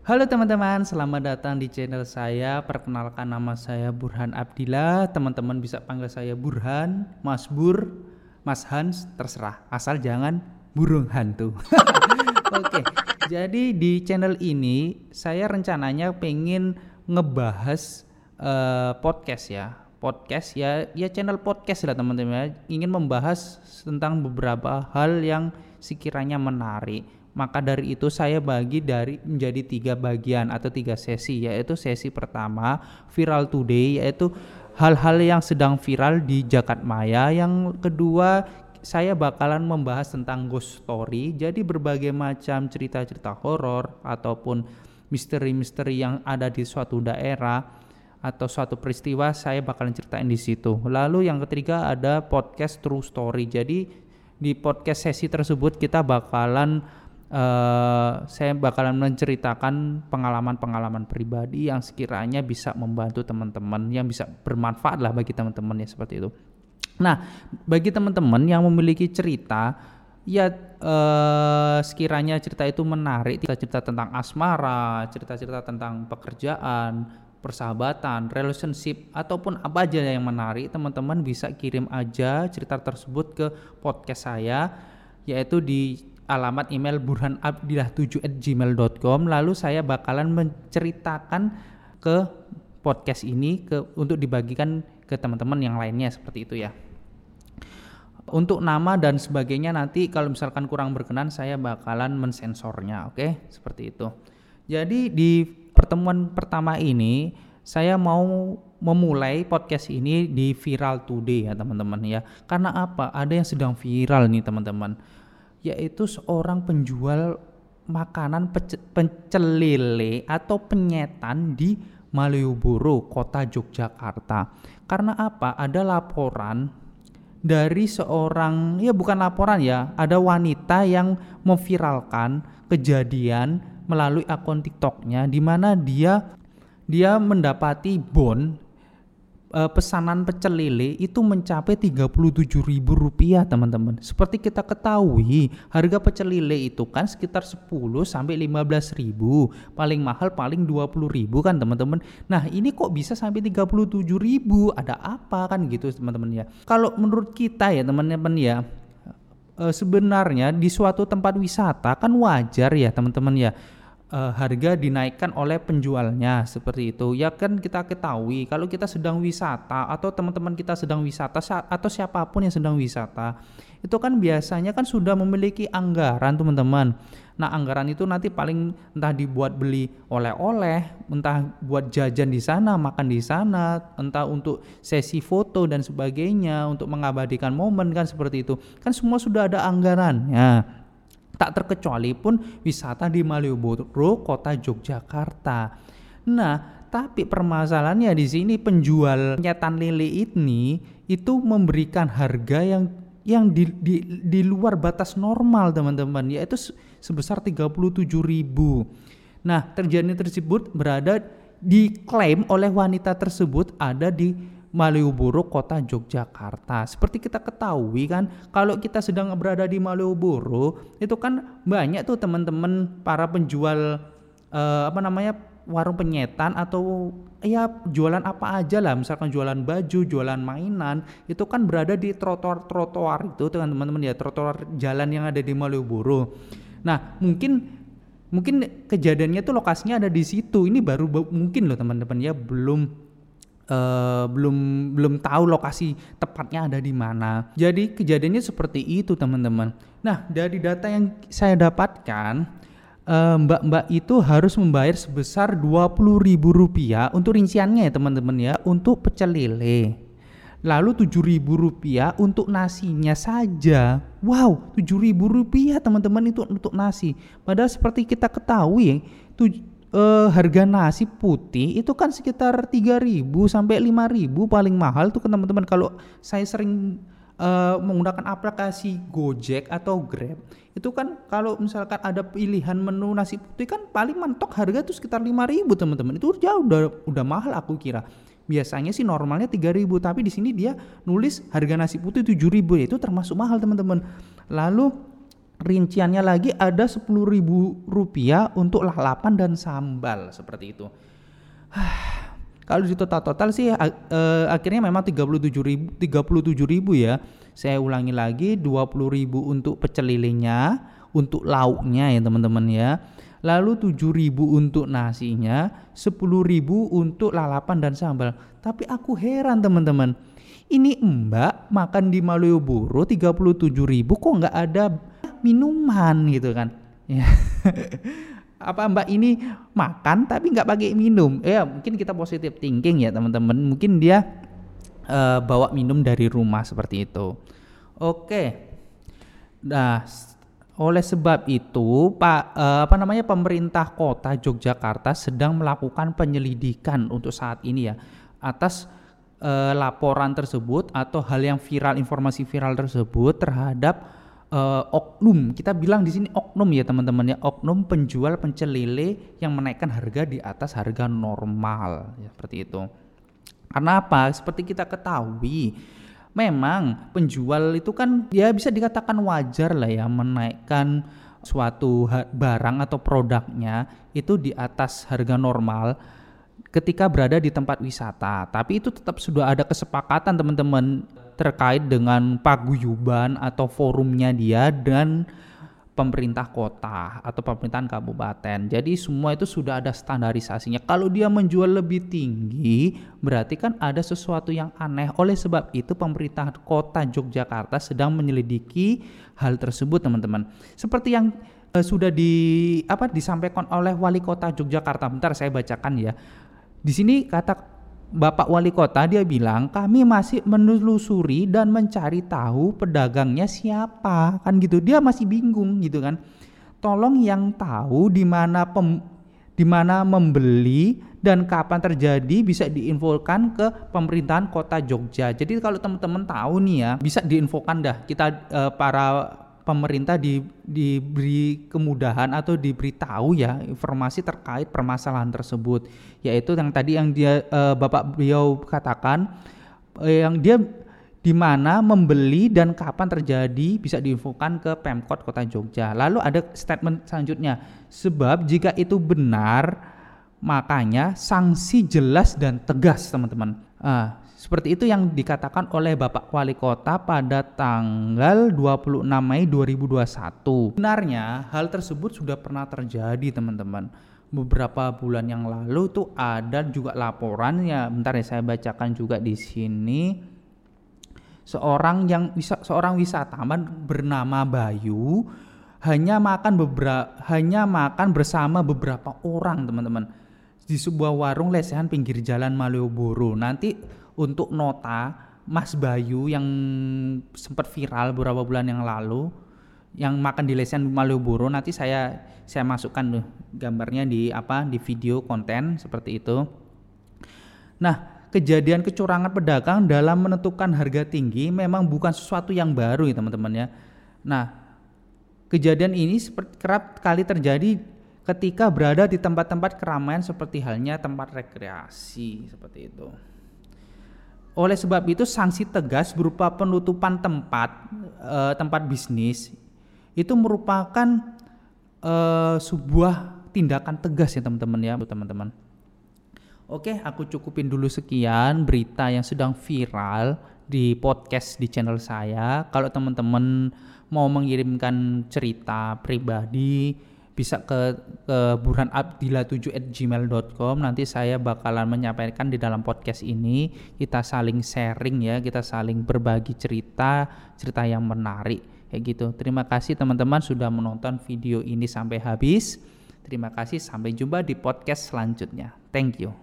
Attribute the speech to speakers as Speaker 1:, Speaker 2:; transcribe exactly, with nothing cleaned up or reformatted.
Speaker 1: Halo teman-teman, selamat datang di channel saya. Perkenalkan, nama saya Burhan Abdillah. Teman-teman bisa panggil saya Burhan, Mas Bur, Mas Hans, terserah. Asal jangan burung hantu. Oke, jadi di channel ini saya rencananya pengen ngebahas uh, podcast ya. Podcast ya, ya channel podcast lah teman-teman. Ingin membahas tentang beberapa hal yang sekiranya menarik. Maka dari itu saya bagi dari menjadi tiga bagian atau tiga sesi, yaitu sesi pertama viral today, yaitu hal-hal yang sedang viral di jagat maya. Yang kedua saya bakalan membahas tentang ghost story, jadi berbagai macam cerita-cerita horor ataupun misteri-misteri yang ada di suatu daerah atau suatu peristiwa saya bakalan ceritain di situ. Lalu yang ketiga ada podcast true story. Jadi di podcast sesi tersebut kita bakalan Uh, saya bakalan menceritakan pengalaman-pengalaman pribadi yang sekiranya bisa membantu teman-teman, yang bisa bermanfaat lah bagi teman-teman ya, seperti itu. Nah, bagi teman-teman yang memiliki cerita, ya uh, sekiranya cerita itu menarik, cerita-cerita tentang asmara, cerita-cerita tentang pekerjaan, persahabatan, relationship, ataupun apa aja yang menarik, teman-teman bisa kirim aja cerita tersebut ke podcast saya, yaitu di alamat email burhan abdillah tujuh at gmail dot com. Lalu saya bakalan menceritakan ke podcast ini ke untuk dibagikan ke teman-teman yang lainnya, seperti itu ya. Untuk nama dan sebagainya nanti kalau misalkan kurang berkenan saya bakalan mensensornya, oke? Okay? Seperti itu. Jadi di pertemuan pertama ini saya mau memulai podcast ini di viral today ya teman-teman ya. Karena apa? Ada yang sedang viral nih teman-teman, yaitu seorang penjual makanan pece- pecel lele atau penyetan di Malioboro, kota Yogyakarta. Karena apa? Ada laporan dari seorang, ya bukan laporan ya, ada wanita yang memviralkan kejadian melalui akun TikToknya, di mana dia dia mendapati bon Uh, pesanan pecel lele itu mencapai tiga puluh tujuh ribu rupiah teman-teman. Seperti kita ketahui, harga pecel lele itu kan sekitar sepuluh sampai lima belas ribu, paling mahal paling dua puluh ribu kan teman-teman. Nah ini kok bisa sampai tiga puluh tujuh ribu, ada apa kan gitu teman-teman ya. Kalau menurut kita ya teman-teman ya, uh, sebenarnya di suatu tempat wisata kan wajar ya teman-teman ya, Uh, harga dinaikkan oleh penjualnya, seperti itu ya kan. Kita ketahui kalau kita sedang wisata atau teman-teman kita sedang wisata atau siapapun yang sedang wisata itu kan biasanya kan sudah memiliki anggaran teman-teman. Nah anggaran itu nanti paling entah dibuat beli oleh-oleh, entah buat jajan di sana, makan di sana, entah untuk sesi foto dan sebagainya, untuk mengabadikan momen kan, seperti itu kan, semua sudah ada anggarannya. Tak terkecuali pun wisata di Malioboro, kota Yogyakarta. Nah, tapi permasalahannya di sini penjual penyetan lele ini itu memberikan harga yang yang di, di, di luar batas normal teman-teman, yaitu sebesar tiga puluh tujuh ribu. Nah, terjadi tersebut berada diklaim oleh wanita tersebut ada di Malioboro, kota Yogyakarta. Seperti kita ketahui kan, kalau kita sedang berada di Malioboro itu kan banyak tuh teman-teman para penjual eh, apa namanya warung penyetan atau ya jualan apa aja lah, misalkan jualan baju, jualan mainan, itu kan berada di trotoar-trotoar itu teman-teman ya, trotoar jalan yang ada di Malioboro. Nah mungkin mungkin kejadiannya tuh lokasinya ada di situ. Ini baru mungkin loh teman-teman ya, belum Uh, belum belum tahu lokasi tepatnya ada di mana. Jadi kejadiannya seperti itu teman-teman. Nah dari data yang saya dapatkan, uh, mbak-mbak itu harus membayar sebesar dua puluh ribu rupiah untuk rinciannya ya teman-teman ya, untuk pecel lele. Lalu tujuh ribu rupiah untuk nasinya saja. Wow, tujuh ribu rupiah teman-teman itu untuk nasi. Padahal seperti kita ketahui tuj- Uh, harga nasi putih itu kan sekitar tiga ribu sampai lima ribu paling mahal tuh teman-teman. Kalau saya sering uh, menggunakan aplikasi Gojek atau Grab, itu kan kalau misalkan ada pilihan menu nasi putih kan paling mentok harga tuh sekitar lima ribu teman-teman. Itu jauh udah udah mahal aku kira. Biasanya sih normalnya tiga ribu, tapi di sini dia nulis harga nasi putih tujuh ribu, itu termasuk mahal teman-teman. Lalu rinciannya lagi ada sepuluh ribu rupiah untuk lalapan dan sambal seperti itu. Kalau di total-total sih eh, akhirnya memang tiga puluh tujuh ribu ya. Saya ulangi lagi, dua puluh ribu untuk pecel lelenya, untuk lauknya ya teman-teman ya. Lalu tujuh ribu untuk nasinya, sepuluh ribu untuk lalapan dan sambal. Tapi aku heran teman-teman. Ini Mbak makan di Malioboro tiga puluh tujuh ribu kok nggak ada minuman gitu kan. Ya. Apa Mbak ini makan tapi nggak pakai minum? Ya mungkin kita positive thinking ya teman-teman. Mungkin dia uh, bawa minum dari rumah seperti itu. Oke. Nah, oleh sebab itu Pak uh, apa namanya pemerintah Kota Yogyakarta sedang melakukan penyelidikan untuk saat ini ya atas uh, laporan tersebut atau hal yang viral, informasi viral tersebut terhadap Uh, oknum, kita bilang di sini oknum ya teman-teman ya, oknum penjual pecel lele yang menaikkan harga di atas harga normal ya, seperti itu. Karena apa? Seperti kita ketahui, memang penjual itu kan ya bisa dikatakan wajar lah ya menaikkan suatu barang atau produknya itu di atas harga normal ketika berada di tempat wisata. Tapi itu tetap sudah ada kesepakatan teman-teman terkait dengan paguyuban atau forumnya dia dan pemerintah kota atau pemerintahan kabupaten. Jadi semua itu sudah ada standarisasinya. Kalau dia menjual lebih tinggi, berarti kan ada sesuatu yang aneh. Oleh sebab itu pemerintah Kota Yogyakarta sedang menyelidiki hal tersebut, teman-teman. Seperti yang uh, sudah di apa disampaikan oleh Wali Kota Yogyakarta. Bentar saya bacakan ya. Di sini kata Bapak Wali Kota, dia bilang kami masih menelusuri dan mencari tahu pedagangnya siapa, kan gitu. Dia masih bingung gitu kan. Tolong yang tahu di mana pem, di mana membeli dan kapan terjadi bisa diinfokan ke pemerintahan Kota Jogja. Jadi kalau teman-teman tahu nih ya, bisa diinfokan dah. Kita eh, para pemerintah di, diberi kemudahan atau diberitahu ya informasi terkait permasalahan tersebut, yaitu yang tadi yang dia eh, Bapak beliau katakan eh, yang dia di mana membeli dan kapan terjadi bisa diinfokan ke Pemkot Kota Jogja. Lalu ada statement selanjutnya, sebab jika itu benar makanya sanksi jelas dan tegas teman-teman. Ah, seperti itu yang dikatakan oleh Bapak Wali Kota pada tanggal dua puluh enam Mei dua ribu dua puluh satu. Sebenarnya hal tersebut sudah pernah terjadi teman-teman. Beberapa bulan yang lalu tuh ada juga laporannya. Bentar ya saya bacakan juga di sini. Seorang yang bisa seorang wisatawan bernama Bayu hanya makan beberapa hanya makan bersama beberapa orang teman-teman di sebuah warung lesehan pinggir jalan Malioboro. Nanti untuk nota Mas Bayu yang sempat viral beberapa bulan yang lalu yang makan di lesehan Malioboro, nanti saya saya masukkan tuh gambarnya di apa di video konten seperti itu. Nah, kejadian kecurangan pedagang dalam menentukan harga tinggi memang bukan sesuatu yang baru ya teman-teman ya. Nah, kejadian ini seperti kerap kali terjadi ketika berada di tempat-tempat keramaian seperti halnya tempat rekreasi seperti itu. Oleh sebab itu sanksi tegas berupa penutupan tempat e, tempat bisnis itu merupakan e, sebuah tindakan tegas ya teman-teman ya teman-teman. Oke, aku cukupin dulu sekian berita yang sedang viral di podcast di channel saya. Kalau teman-teman mau mengirimkan cerita pribadi bisa ke, ke burhan abdillah tujuh at gmail dot com. Nanti saya bakalan menyampaikan di dalam podcast ini. Kita saling sharing ya, kita saling berbagi cerita cerita yang menarik kayak gitu. Terima kasih teman-teman sudah menonton video ini sampai habis. Terima kasih, sampai jumpa di podcast selanjutnya. Thank you.